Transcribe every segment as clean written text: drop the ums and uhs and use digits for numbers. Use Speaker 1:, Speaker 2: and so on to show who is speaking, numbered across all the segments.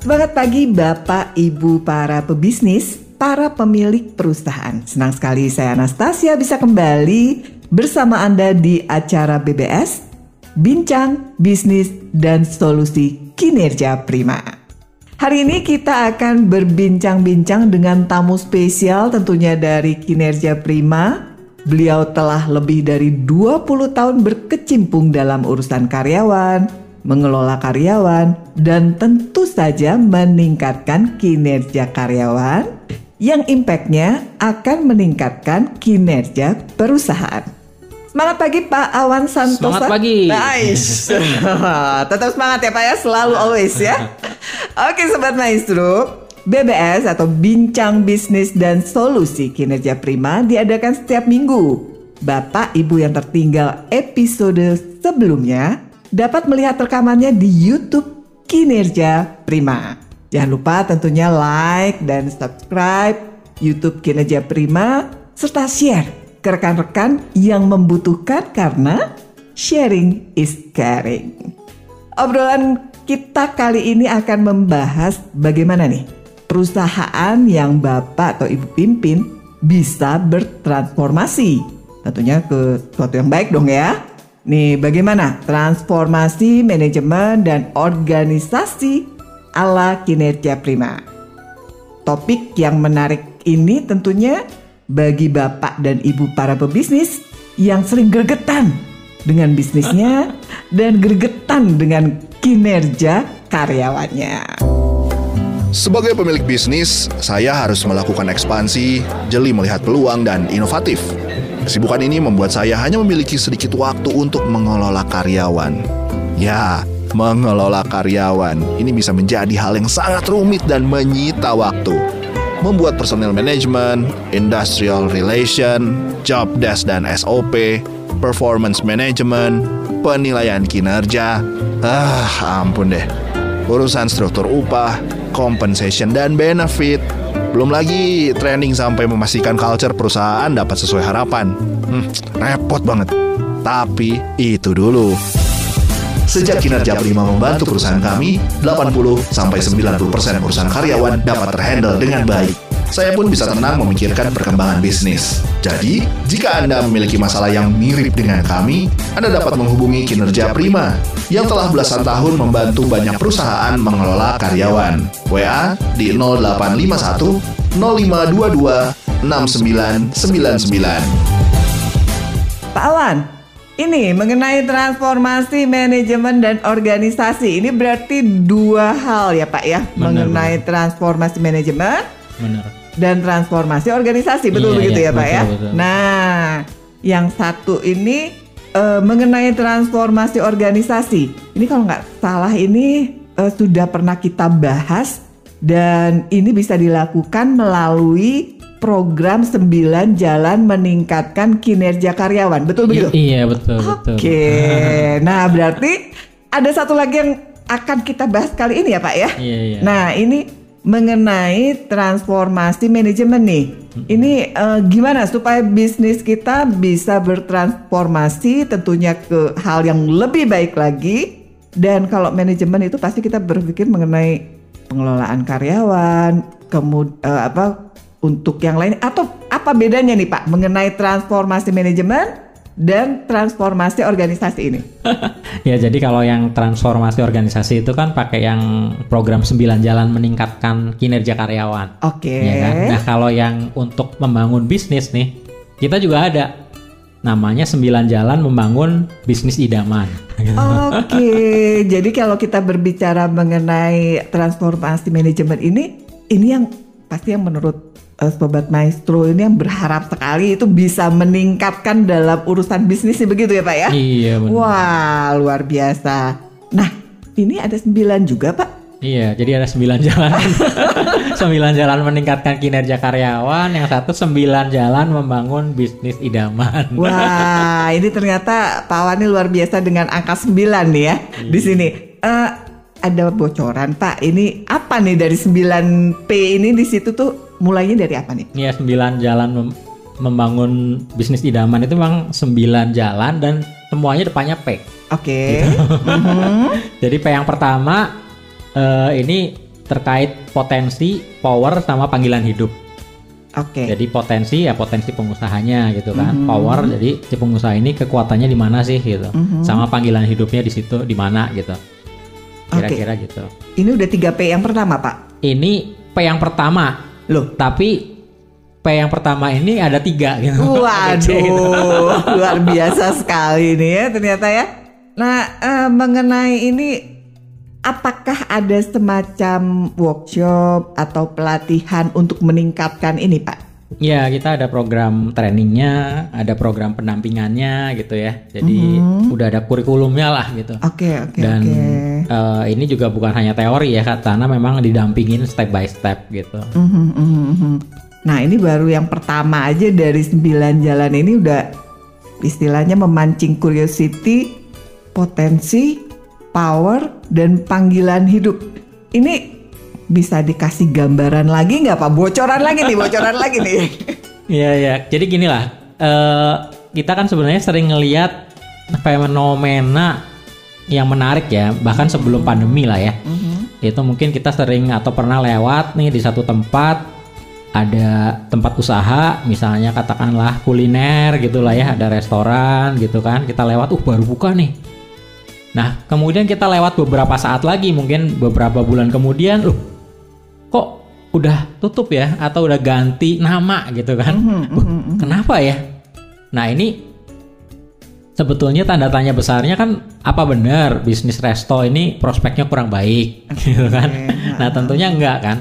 Speaker 1: Semangat pagi Bapak, Ibu, para pebisnis, para pemilik perusahaan. Senang sekali saya Anastasia bisa kembali bersama Anda di acara BBS, Bincang Bisnis dan Solusi Kinerja Prima. Hari ini kita akan berbincang-bincang dengan tamu spesial tentunya dari Kinerja Prima. Beliau telah lebih dari 20 tahun berkecimpung dalam urusan karyawan, mengelola karyawan, dan tentu saja meningkatkan kinerja karyawan yang impact-nya akan meningkatkan kinerja perusahaan. Semangat pagi Pak Awan Santosa.
Speaker 2: Semangat pagi.
Speaker 1: Nice. Tetap semangat ya Pak ya, selalu always ya. Oke Sobat Maestro, BBS atau Bincang Bisnis dan Solusi Kinerja Prima diadakan setiap minggu. Bapak Ibu yang tertinggal episode sebelumnya dapat melihat rekamannya di YouTube Kinerja Prima. Jangan lupa tentunya like dan subscribe YouTube Kinerja Prima serta share ke rekan-rekan yang membutuhkan karena sharing is caring. Obrolan kita kali ini akan membahas bagaimana nih perusahaan yang Bapak atau Ibu pimpin bisa bertransformasi. Tentunya ke sesuatu yang baik dong ya. Nih, bagaimana transformasi manajemen dan organisasi ala Kinerja Prima? Topik yang menarik ini tentunya bagi Bapak dan Ibu para pebisnis yang sering gregetan dengan bisnisnya dan gregetan dengan kinerja karyawannya.
Speaker 3: Sebagai pemilik bisnis, saya harus melakukan ekspansi, jeli melihat peluang dan inovatif. Kesibukan ini membuat saya hanya memiliki sedikit waktu untuk mengelola karyawan. Ya, mengelola karyawan ini bisa menjadi hal yang sangat rumit dan menyita waktu. Membuat personal management, industrial relation, job desk dan SOP, performance management, penilaian kinerja. Ampun deh. Urusan struktur upah, compensation dan benefit. Belum lagi training sampai memastikan culture perusahaan dapat sesuai harapan. Repot banget. Tapi itu dulu. Sejak Kinerja Prima membantu perusahaan kami, 80-90% perusahaan karyawan dapat terhandle dengan baik. Saya pun bisa tenang memikirkan perkembangan bisnis. Jadi, jika Anda memiliki masalah yang mirip dengan kami, Anda dapat menghubungi Kinerja Prima yang telah belasan tahun membantu banyak perusahaan mengelola karyawan. WA di 0851 0522 6999.
Speaker 1: Pak Awan, ini mengenai transformasi manajemen dan organisasi. Ini berarti dua hal ya Pak ya. Mengenai transformasi manajemen dan transformasi organisasi. Betul begitu ya Pak ya.
Speaker 2: Betul.
Speaker 1: Nah, yang satu ini mengenai transformasi organisasi. Ini kalau nggak salah ini sudah pernah kita bahas dan ini bisa dilakukan melalui program 9 jalan meningkatkan kinerja karyawan. Betul begitu?
Speaker 2: Iya, betul.
Speaker 1: Oke. Nah, berarti ada satu lagi yang akan kita bahas kali ini ya Pak ya.
Speaker 2: Iya.
Speaker 1: Nah, ini mengenai transformasi manajemen nih. Ini gimana supaya bisnis kita bisa bertransformasi tentunya ke hal yang lebih baik lagi. Dan kalau manajemen itu pasti kita berpikir mengenai pengelolaan karyawan, untuk yang lain, atau apa bedanya nih Pak mengenai transformasi manajemen dan transformasi organisasi ini?
Speaker 2: Ya, jadi kalau yang transformasi organisasi itu kan pakai yang program 9 jalan meningkatkan kinerja karyawan.
Speaker 1: Oke.
Speaker 2: Ya kan? Nah, kalau yang untuk membangun bisnis nih, kita juga ada namanya 9 jalan membangun bisnis idaman.
Speaker 1: Oke. Jadi kalau kita berbicara mengenai transformasi manajemen ini yang pasti yang menurut Sobat Maestro ini yang berharap sekali itu bisa meningkatkan dalam urusan bisnis begitu ya Pak ya?
Speaker 2: Iya benar.
Speaker 1: Wah, luar biasa. Nah, ini ada 9 juga Pak?
Speaker 2: Iya, jadi ada 9 jalan. 9 jalan meningkatkan kinerja karyawan, yang satu 9 jalan membangun bisnis idaman.
Speaker 1: Wah, ini ternyata Pak Wan ini luar biasa dengan angka 9 nih ya. Di sini. Ada bocoran Pak, ini apa nih dari 9P ini di situ tuh mulainya dari apa nih?
Speaker 2: Iya, 9 jalan membangun bisnis idaman itu memang 9 jalan dan semuanya depannya P.
Speaker 1: Oke.
Speaker 2: Gitu. Jadi P yang pertama ini terkait potensi, power sama panggilan hidup.
Speaker 1: Oke.
Speaker 2: Jadi potensi pengusahanya gitu kan. Power jadi si pengusaha ini kekuatannya di mana sih gitu. Sama panggilan hidupnya di situ di mana gitu. Kira-kira gitu.
Speaker 1: Ini udah 3P yang pertama, Pak.
Speaker 2: Ini P yang pertama.
Speaker 1: Loh,
Speaker 2: Tapi P yang pertama ini ada 3 gitu.
Speaker 1: waduh, luar biasa sekali nih ya ternyata ya. Nah, mengenai ini, apakah ada semacam workshop atau pelatihan untuk meningkatkan ini, Pak?
Speaker 2: Ya, kita ada program trainingnya, ada program pendampingannya gitu ya. Jadi udah ada kurikulumnya lah gitu.
Speaker 1: Oke.
Speaker 2: Dan ini juga bukan hanya teori ya, karena memang didampingin step by step gitu.
Speaker 1: Nah, ini baru yang pertama aja dari 9 jalan ini udah istilahnya memancing curiosity, potensi, power, dan panggilan hidup. Ini bisa dikasih gambaran lagi nggak Pak? Bocoran lagi nih.
Speaker 2: Iya. Jadi gini lah, kita kan sebenarnya sering ngelihat fenomena yang menarik ya, bahkan sebelum pandemi lah ya. Itu mungkin kita sering atau pernah lewat nih di satu tempat, ada tempat usaha, misalnya katakanlah kuliner gitulah ya, ada restoran gitu kan, kita lewat, baru buka nih. Nah, kemudian kita lewat beberapa saat lagi, mungkin beberapa bulan kemudian, kok udah tutup ya, atau udah ganti nama gitu kan. Kenapa ya? Nah, ini sebetulnya tanda tanya besarnya kan, apa benar bisnis resto ini prospeknya kurang baik gitu kan. Nah, tentunya enggak kan.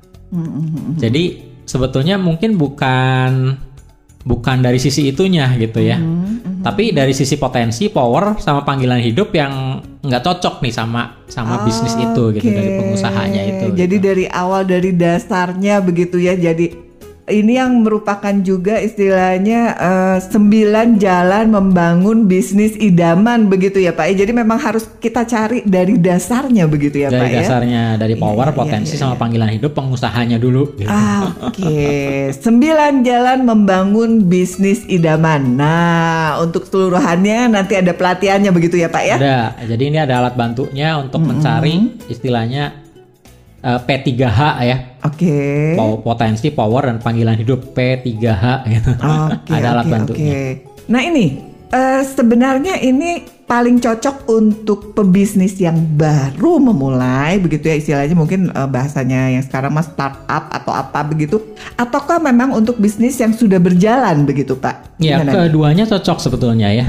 Speaker 2: Jadi sebetulnya mungkin bukan dari sisi itunya gitu ya. Tapi dari sisi potensi, power, sama panggilan hidup yang nggak cocok nih sama bisnis itu gitu, dari pengusahanya itu.
Speaker 1: Jadi
Speaker 2: gitu.
Speaker 1: dari awal, dari dasarnya begitu ya. Jadi ini yang merupakan juga istilahnya 9 jalan membangun bisnis idaman begitu ya Pak. Jadi memang harus kita cari dari dasarnya begitu ya Pak ya.
Speaker 2: Dari dasarnya, dari power, potensi, sama panggilan hidup pengusahanya dulu. Gitu.
Speaker 1: Oke. 9 jalan membangun bisnis idaman. Nah, untuk keseluruhannya nanti ada pelatihannya begitu ya Pak ya.
Speaker 2: Ada. Jadi ini ada alat bantunya untuk mencari istilahnya P3H ya.
Speaker 1: Oke.
Speaker 2: Potensi, power, dan panggilan hidup P3H gitu. Ada alat bantunya.
Speaker 1: Nah ini sebenarnya ini paling cocok untuk pebisnis yang baru memulai begitu ya, istilahnya mungkin bahasanya yang sekarang mas startup atau apa begitu, ataukah memang untuk bisnis yang sudah berjalan begitu Pak?
Speaker 2: Ya, keduanya cocok sebetulnya ya.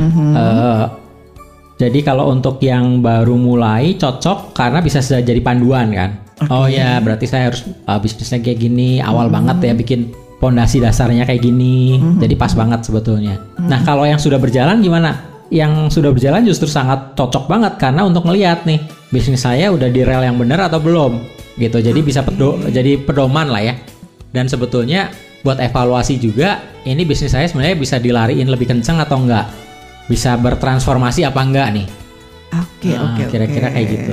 Speaker 2: Jadi kalau untuk yang baru mulai cocok karena bisa jadi panduan kan. Oh ya, berarti saya harus bisnisnya kayak gini, awal banget ya, bikin pondasi dasarnya kayak gini. Jadi pas banget sebetulnya. Nah, kalau yang sudah berjalan gimana? Yang sudah berjalan justru sangat cocok banget karena untuk ngelihat nih, bisnis saya udah di rel yang benar atau belum gitu. Jadi bisa jadi pedoman lah ya. Dan sebetulnya buat evaluasi juga, ini bisnis saya sebenarnya bisa dilariin lebih kenceng atau enggak? Bisa bertransformasi apa enggak nih?
Speaker 1: Oke.
Speaker 2: Kira-kira kayak gitu.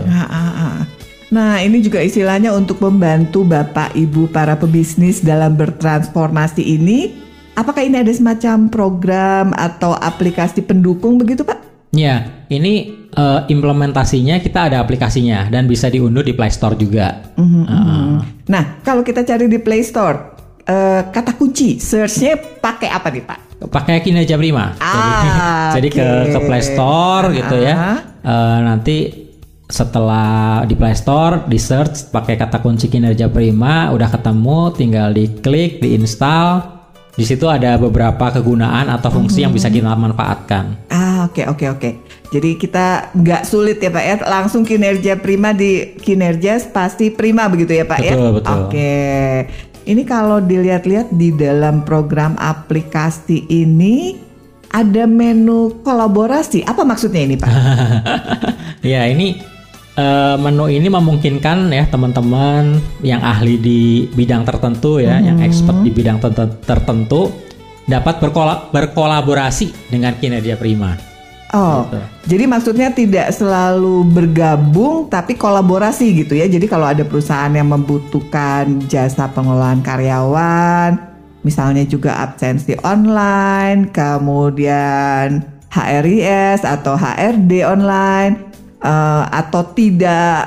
Speaker 1: Nah, ini juga istilahnya untuk membantu Bapak Ibu para pebisnis dalam bertransformasi ini. Apakah ini ada semacam program atau aplikasi pendukung begitu Pak?
Speaker 2: Ya, ini implementasinya kita ada aplikasinya dan bisa diunduh di Play Store juga.
Speaker 1: Nah, kalau kita cari di Play Store, kata kunci search-nya pakai apa nih Pak?
Speaker 2: Pakai Kinerja Prima. Jadi ke Play Store gitu ya. Nanti setelah di Play Store di search pakai kata kunci Kinerja Prima, udah ketemu, tinggal diklik, diinstal. Di situ ada beberapa kegunaan atau fungsi yang bisa kita manfaatkan.
Speaker 1: Oke. Jadi kita nggak sulit ya Pak ya, langsung Kinerja Prima di Kinerja spasi Prima begitu ya Pak ya.
Speaker 2: Betul.
Speaker 1: Oke. Ini kalau dilihat-lihat di dalam program aplikasi ini ada menu kolaborasi. Apa maksudnya ini Pak?
Speaker 2: Ya, ini menu ini memungkinkan ya teman-teman yang ahli di bidang tertentu ya, yang expert di bidang tertentu dapat berkolaborasi dengan Kinerja Prima.
Speaker 1: Gitu. Jadi maksudnya tidak selalu bergabung tapi kolaborasi gitu ya. Jadi kalau ada perusahaan yang membutuhkan jasa pengelolaan karyawan, misalnya juga absensi online, kemudian HRIS atau HRD online, atau tidak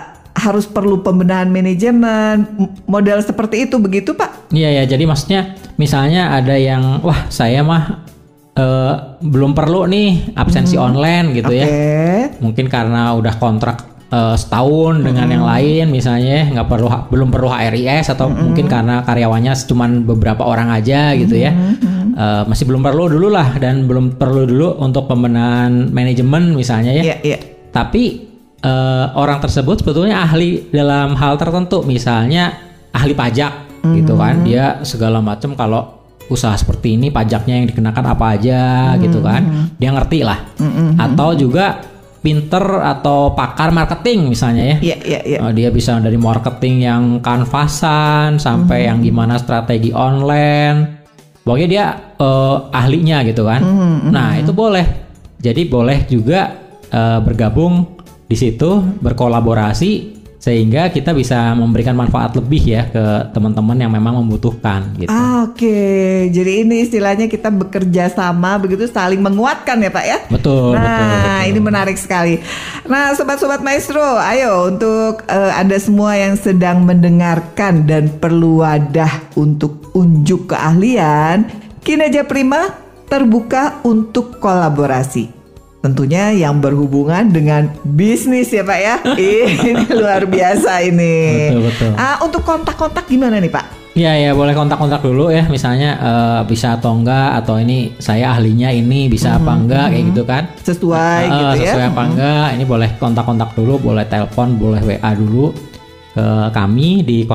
Speaker 1: harus perlu pembenahan manajemen, model seperti itu begitu Pak?
Speaker 2: Iya ya, jadi maksudnya misalnya ada yang wah saya mah belum perlu nih absensi online gitu ya. Mungkin karena udah kontrak setahun dengan yang lain misalnya belum perlu HRIS atau mungkin karena karyawannya cuman beberapa orang aja gitu ya. Masih belum perlu dulu lah dan belum perlu dulu untuk pembenahan manajemen misalnya ya. Tapi orang tersebut sebetulnya ahli dalam hal tertentu, misalnya ahli pajak gitu kan, dia segala macam kalau usaha seperti ini pajaknya yang dikenakan apa aja gitu kan, dia ngerti lah. Atau juga pinter atau pakar marketing misalnya ya. Dia bisa dari marketing yang kanvasan sampai yang gimana strategi online. Pokoknya dia ahlinya gitu kan. Nah itu boleh. Jadi boleh juga bergabung di situ, berkolaborasi sehingga kita bisa memberikan manfaat lebih ya ke teman-teman yang memang membutuhkan gitu.
Speaker 1: Oke, jadi ini istilahnya kita bekerja sama begitu, saling menguatkan ya Pak ya.
Speaker 2: Betul.
Speaker 1: Nah ini menarik sekali. Nah sobat-sobat maestro, ayo untuk Anda semua yang sedang mendengarkan dan perlu wadah untuk unjuk keahlian, Kinerja Prima terbuka untuk kolaborasi. Tentunya yang berhubungan dengan bisnis ya Pak ya. Ini luar biasa ini.
Speaker 2: Betul.
Speaker 1: Untuk kontak-kontak gimana nih Pak?
Speaker 2: Ya boleh kontak-kontak dulu ya. Misalnya bisa atau enggak, atau ini saya ahlinya ini bisa apa enggak kayak gitu kan.
Speaker 1: Sesuai gitu ya.
Speaker 2: Sesuai apa enggak. Ini boleh kontak-kontak dulu, boleh telepon, boleh WA dulu ke kami di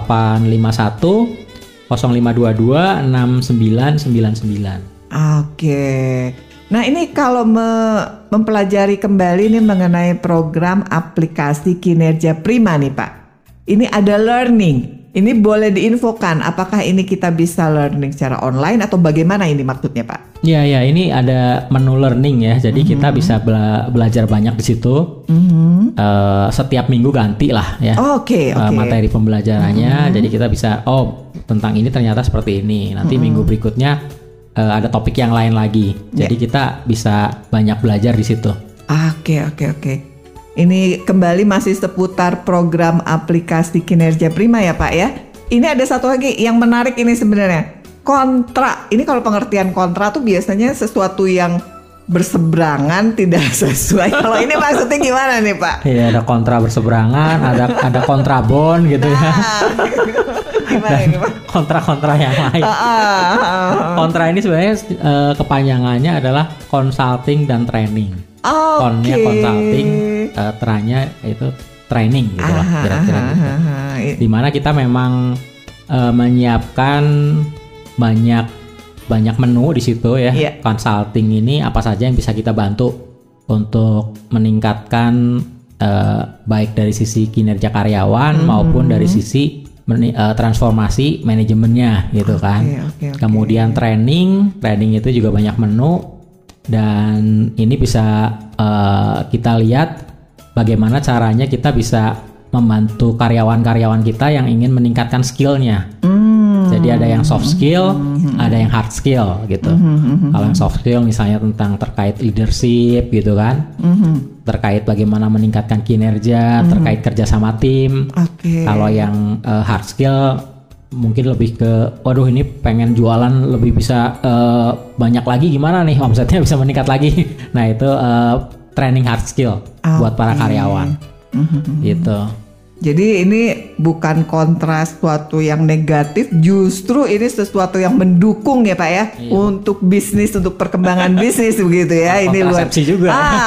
Speaker 2: 0851 0522 6999.
Speaker 1: Oke. Nah ini kalau mempelajari kembali nih mengenai program aplikasi Kinerja Prima nih Pak. Ini ada learning. Ini boleh diinfokan apakah ini kita bisa learning secara online atau bagaimana ini maksudnya Pak?
Speaker 2: Iya ini ada menu learning ya. Jadi kita bisa belajar banyak di situ. Setiap minggu ganti lah ya. Oke. Materi pembelajarannya. Jadi kita bisa tentang ini ternyata seperti ini. Nanti minggu berikutnya ada topik yang lain lagi. Jadi kita bisa banyak belajar di situ. Oke.
Speaker 1: Ini kembali masih seputar program aplikasi Kinerja Prima ya Pak ya. Ini ada satu lagi yang menarik ini sebenarnya. Kontra. Ini kalau pengertian kontra tuh biasanya sesuatu yang berseberangan tidak sesuai. Kalau ini maksudnya gimana nih Pak?
Speaker 2: Iya, ada kontra berseberangan, ada kontrabon gitu ya.
Speaker 1: Gimana ini Pak?
Speaker 2: Kontra-kontra yang lain. Kontra ini sebenarnya kepanjangannya adalah consulting dan training. Konnya consulting, tranya itu training gitu lah kira-kira gitu. Dimana kita memang menyiapkan banyak menu di situ ya. Consulting ini apa saja yang bisa kita bantu untuk meningkatkan baik dari sisi kinerja karyawan maupun dari sisi transformasi manajemennya gitu kan. Kemudian training itu juga banyak menu, dan ini bisa kita lihat bagaimana caranya kita bisa membantu karyawan-karyawan kita yang ingin meningkatkan skillnya. Jadi ada yang soft skill, ada yang hard skill gitu. Kalau yang soft skill misalnya tentang terkait leadership gitu kan, terkait bagaimana meningkatkan kinerja, terkait kerja sama tim. Kalau yang hard skill mungkin lebih ke, waduh ini pengen jualan lebih bisa banyak lagi, gimana nih omsetnya bisa meningkat lagi. Nah itu training hard skill buat para karyawan gitu.
Speaker 1: Jadi ini bukan kontra sesuatu yang negatif, justru ini sesuatu yang mendukung ya Pak ya, untuk bisnis, untuk perkembangan bisnis begitu ya. Ini luar
Speaker 2: juga.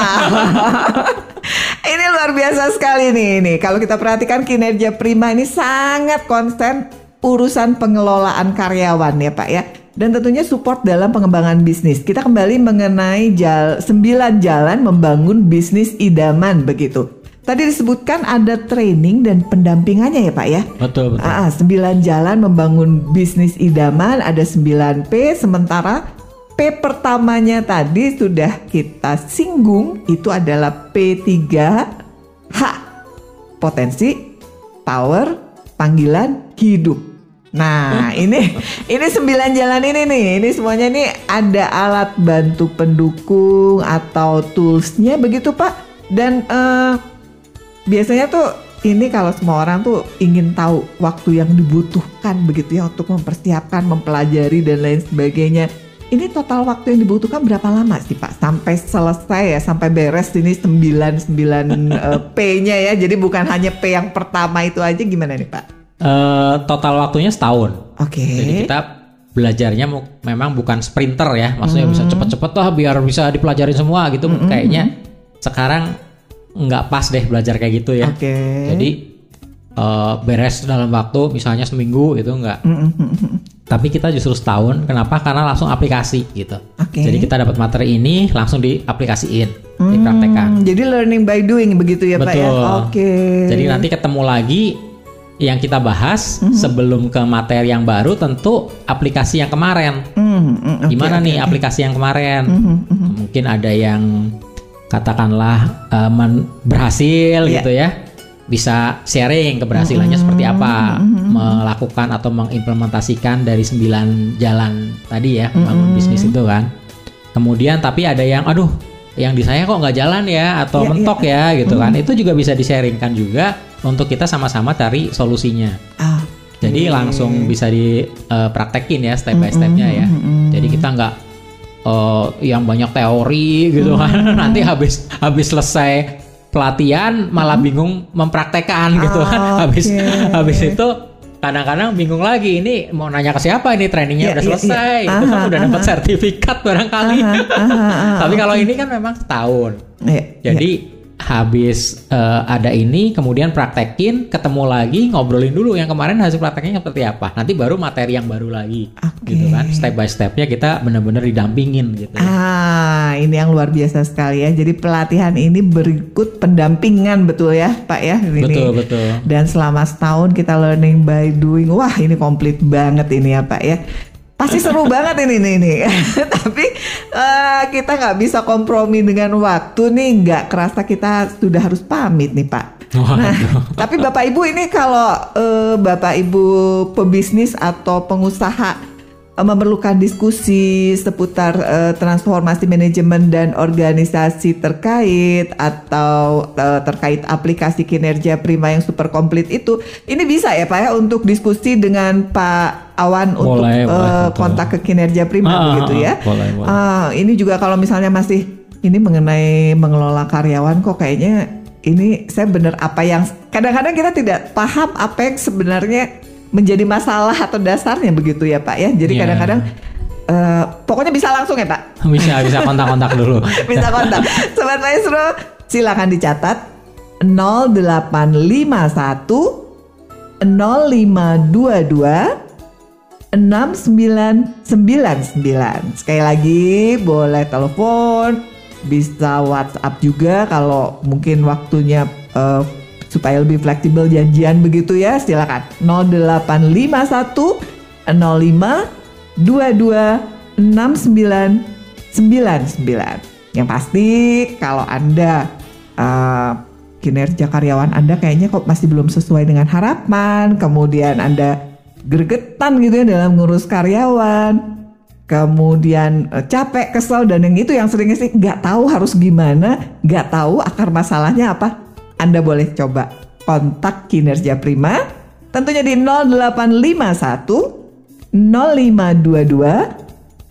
Speaker 1: Ini luar biasa sekali nih. Ini kalau kita perhatikan Kinerja Prima ini sangat konsen urusan pengelolaan karyawan ya Pak ya. Dan tentunya support dalam pengembangan bisnis. Kita kembali mengenai 9 jalan membangun bisnis idaman begitu. Tadi disebutkan ada training dan pendampingannya ya Pak ya.
Speaker 2: Betul.
Speaker 1: 9 jalan membangun bisnis idaman, ada 9P, sementara P pertamanya tadi sudah kita singgung, itu adalah P3H. Potensi, power, panggilan, hidup. Nah, ini 9 jalan ini nih. Ini semuanya nih ada alat bantu pendukung atau toolsnya begitu Pak. Dan biasanya tuh ini kalau semua orang tuh ingin tahu waktu yang dibutuhkan begitu ya untuk mempersiapkan, mempelajari dan lain sebagainya. Ini total waktu yang dibutuhkan berapa lama sih Pak? Sampai selesai ya, sampai beres ini 99 P-nya ya. Jadi bukan hanya P yang pertama itu aja, gimana nih Pak?
Speaker 2: Total waktunya setahun.
Speaker 1: Oke.
Speaker 2: Jadi kita belajarnya memang bukan sprinter ya. Maksudnya bisa cepet-cepet lah biar bisa dipelajarin semua gitu. Kayaknya sekarang nggak pas deh belajar kayak gitu ya.
Speaker 1: Oke.
Speaker 2: Jadi beres dalam waktu misalnya seminggu itu enggak. Tapi kita justru setahun. Kenapa? Karena langsung aplikasi gitu.
Speaker 1: Oke.
Speaker 2: Jadi kita dapat materi ini langsung diaplikasiin, dipraktekkan.
Speaker 1: Jadi learning by doing begitu ya Pak ya. Oke.
Speaker 2: Jadi nanti ketemu lagi yang kita bahas sebelum ke materi yang baru, tentu aplikasi yang kemarin. Gimana nih aplikasi yang kemarin? Mungkin ada yang katakanlah berhasil gitu ya. Bisa sharing keberhasilannya seperti apa, melakukan atau mengimplementasikan dari 9 jalan tadi ya, membangun bisnis itu kan. Kemudian tapi ada yang yang di saya kok nggak jalan ya, atau mentok ya gitu kan. Itu juga bisa di-sharingkan juga untuk kita sama-sama cari solusinya. Jadi langsung bisa dipraktekin ya step by stepnya ya. Jadi kita nggak yang banyak teori gitu kan. Nanti habis selesai pelatihan malah bingung mempraktekkan gitu kan. Habis itu kadang-kadang bingung lagi, ini mau nanya ke siapa, ini trainingnya udah selesai, itu kan udah dapat sertifikat barangkali. Tapi kalau ini kan memang setahun. Jadi habis ada ini, kemudian praktekin, ketemu lagi, ngobrolin dulu yang kemarin hasil prakteknya seperti apa. Nanti baru materi yang baru lagi, gitu kan. Step by stepnya kita benar-benar didampingin gitu.
Speaker 1: Ini yang luar biasa sekali ya. Jadi pelatihan ini berikut pendampingan, betul ya Pak ya?
Speaker 2: Betul.
Speaker 1: Dan selama setahun kita learning by doing. Wah, ini komplit banget ini ya Pak ya. Pasti seru banget ini. Tapi kita nggak bisa kompromi dengan waktu nih. Nggak kerasa kita sudah harus pamit nih Pak. Nah, tapi Bapak Ibu ini kalau Bapak Ibu pebisnis atau pengusaha memerlukan diskusi seputar transformasi manajemen dan organisasi terkait atau terkait aplikasi kinerja Prima yang super komplit itu, ini bisa ya Pak ya untuk diskusi dengan Pak Awan untuk kontak ke kinerja Prima begitu ya.
Speaker 2: Boleh.
Speaker 1: Ini juga kalau misalnya masih ini mengenai mengelola karyawan, kok kayaknya ini saya benar apa yang kadang-kadang kita tidak paham apa yang sebenarnya menjadi masalah atau dasarnya begitu ya Pak ya. Jadi kadang-kadang pokoknya bisa langsung ya Pak.
Speaker 2: Bisa kontak-kontak dulu.
Speaker 1: Bisa kontak. Sobat Maestro silakan dicatat 0851 0522 6999. Sekali lagi boleh telepon, bisa WhatsApp juga kalau mungkin waktunya supaya lebih fleksibel janjian begitu ya. Silakan 0851 05 22 6999. Yang pasti kalau Anda kinerja karyawan Anda kayaknya kok masih belum sesuai dengan harapan, kemudian Anda gregetan gitu ya dalam ngurus karyawan, kemudian capek, kesel, dan yang itu yang seringnya sih nggak tahu harus gimana, nggak tahu akar masalahnya apa, Anda boleh coba kontak Kinerja Prima, tentunya di 0851 0522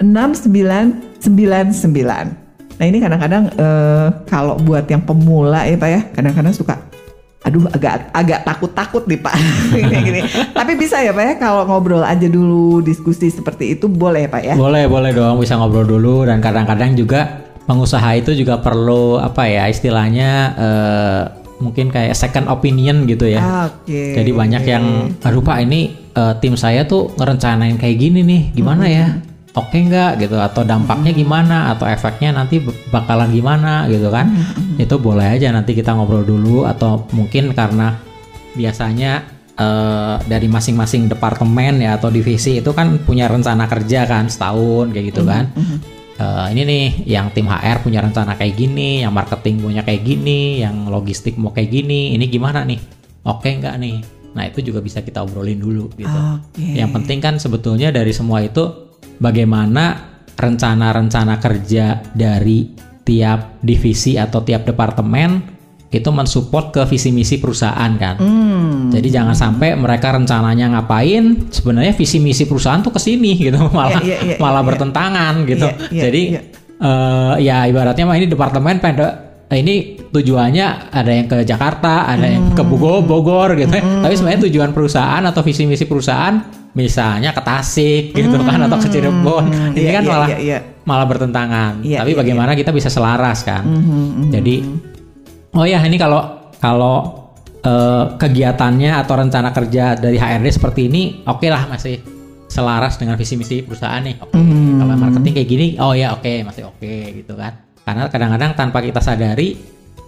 Speaker 1: 6999. Nah ini kadang-kadang kalau buat yang pemula ya Pak ya, kadang-kadang suka agak takut-takut nih Pak. Gini. Tapi bisa ya Pak ya kalau ngobrol aja dulu, diskusi seperti itu boleh ya Pak ya?
Speaker 2: Boleh dong, bisa ngobrol dulu. Dan kadang-kadang juga pengusaha itu juga perlu istilahnya mungkin kayak second opinion gitu ya. Jadi banyak yang Pak ini tim saya tuh ngerencanain kayak gini nih, gimana ya? Oke nggak gitu, atau dampaknya gimana, atau efeknya nanti bakalan gimana gitu kan. Itu boleh aja nanti kita ngobrol dulu, atau mungkin karena biasanya dari masing-masing departemen ya atau divisi itu kan punya rencana kerja kan setahun kayak gitu kan. Ini nih yang tim HR punya rencana kayak gini, yang marketing punya kayak gini, yang logistik mau kayak gini, ini gimana nih, oke nggak nih. Nah itu juga bisa kita obrolin dulu gitu. Yang penting kan sebetulnya dari semua itu bagaimana rencana-rencana kerja dari tiap divisi atau tiap departemen itu mensupport ke visi misi perusahaan kan. Jadi jangan sampai mereka rencananya ngapain, sebenarnya visi misi perusahaan tuh kesini gitu, malah bertentangan gitu. Jadi ya ibaratnya mah ini departemen ini tujuannya ada yang ke Jakarta, ada yang ke Bogor gitu. Tapi sebenarnya tujuan perusahaan atau visi misi perusahaan misalnya ke Tasik gitu kan, atau ke Cirebon. Ini kan malah bertentangan. Tapi bagaimana kita bisa selaras kan. Jadi ini kalau kegiatannya atau rencana kerja dari HRD seperti ini, oke lah, masih selaras dengan visi misi perusahaan nih. Kalau marketing kayak gini, masih oke gitu kan. Karena kadang-kadang tanpa kita sadari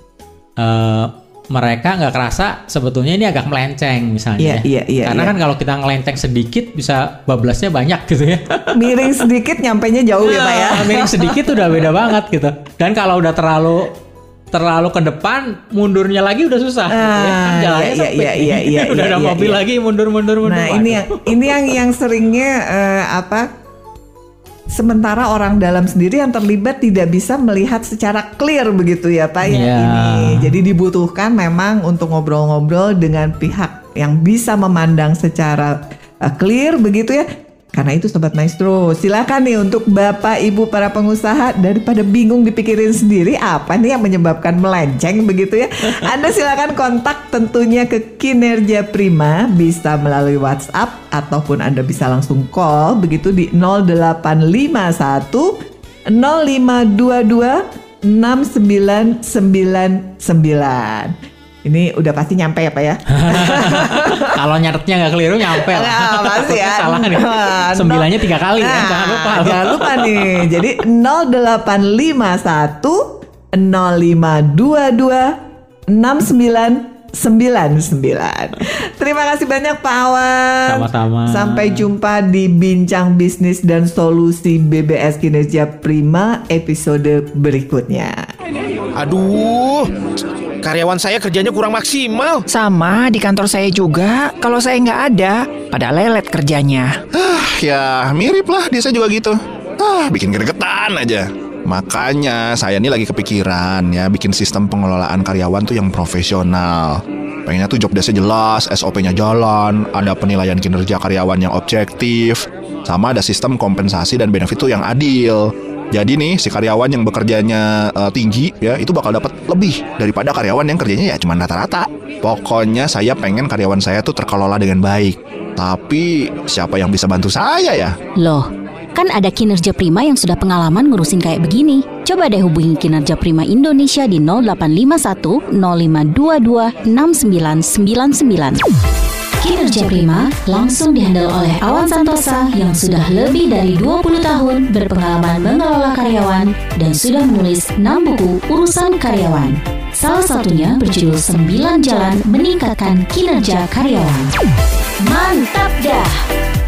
Speaker 2: mereka nggak kerasa sebetulnya ini agak melenceng misalnya. Karena kan kalau kita ngelenceng sedikit bisa bablasnya banyak gitu ya.
Speaker 1: Miring sedikit nyampenya jauh ya Pak ya.
Speaker 2: Miring sedikit udah beda banget gitu. Dan kalau udah terlalu ke depan, mundurnya lagi udah susah. Kan jalannya sempit. Udah ada mobil lagi mundur.
Speaker 1: Nah, ini yang seringnya sementara orang dalam sendiri yang terlibat tidak bisa melihat secara clear begitu ya Pak ya ini. Jadi dibutuhkan memang untuk ngobrol-ngobrol dengan pihak yang bisa memandang secara clear begitu ya. Karena itu Sobat Maestro, silakan nih untuk Bapak Ibu para pengusaha, daripada bingung dipikirin sendiri apa nih yang menyebabkan melenceng begitu ya. Anda silakan kontak tentunya ke Kinerja Prima, bisa melalui WhatsApp ataupun Anda bisa langsung call begitu di 0851 0522 6999. Ini udah pasti nyampe ya Pak ya.
Speaker 2: Kalau nyatetnya nggak keliru nyampe lah.
Speaker 1: Pasti ya.
Speaker 2: Salah nih. 9-nya 3 kali kan, jangan lupa.
Speaker 1: Jangan lupa nih. Jadi 0851 0522 6999. Terima kasih banyak Pak Awan.
Speaker 2: Sama-sama.
Speaker 1: Sampai jumpa di Bincang Bisnis dan Solusi BBS Kinerja Prima episode berikutnya.
Speaker 4: Aduh, karyawan saya kerjanya kurang maksimal.
Speaker 5: Sama di kantor saya juga. Kalau saya nggak ada, pada lelet kerjanya.
Speaker 3: Ya mirip lah, dia saya juga gitu. Bikin gregetan aja. Makanya saya ini lagi kepikiran ya, bikin sistem pengelolaan karyawan tuh yang profesional. Pengennya tuh job desk-nya jelas, SOP-nya jalan, ada penilaian kinerja karyawan yang objektif, sama ada sistem kompensasi dan benefit tuh yang adil. Jadi nih si karyawan yang bekerjanya tinggi ya itu bakal dapat lebih daripada karyawan yang kerjanya ya cuma rata-rata. Pokoknya saya pengen karyawan saya tuh terkelola dengan baik. Tapi siapa yang bisa bantu saya ya?
Speaker 6: Loh, kan ada Kinerja Prima yang sudah pengalaman ngurusin kayak begini. Coba deh hubungi Kinerja Prima Indonesia di 0851 0522 6999. Kinerja Prima langsung dihandle oleh Awan Santosa yang sudah lebih dari 20 tahun berpengalaman mengelola karyawan dan sudah menulis 6 buku urusan karyawan. Salah satunya berjudul 9 Jalan Meningkatkan Kinerja Karyawan. Mantap dah!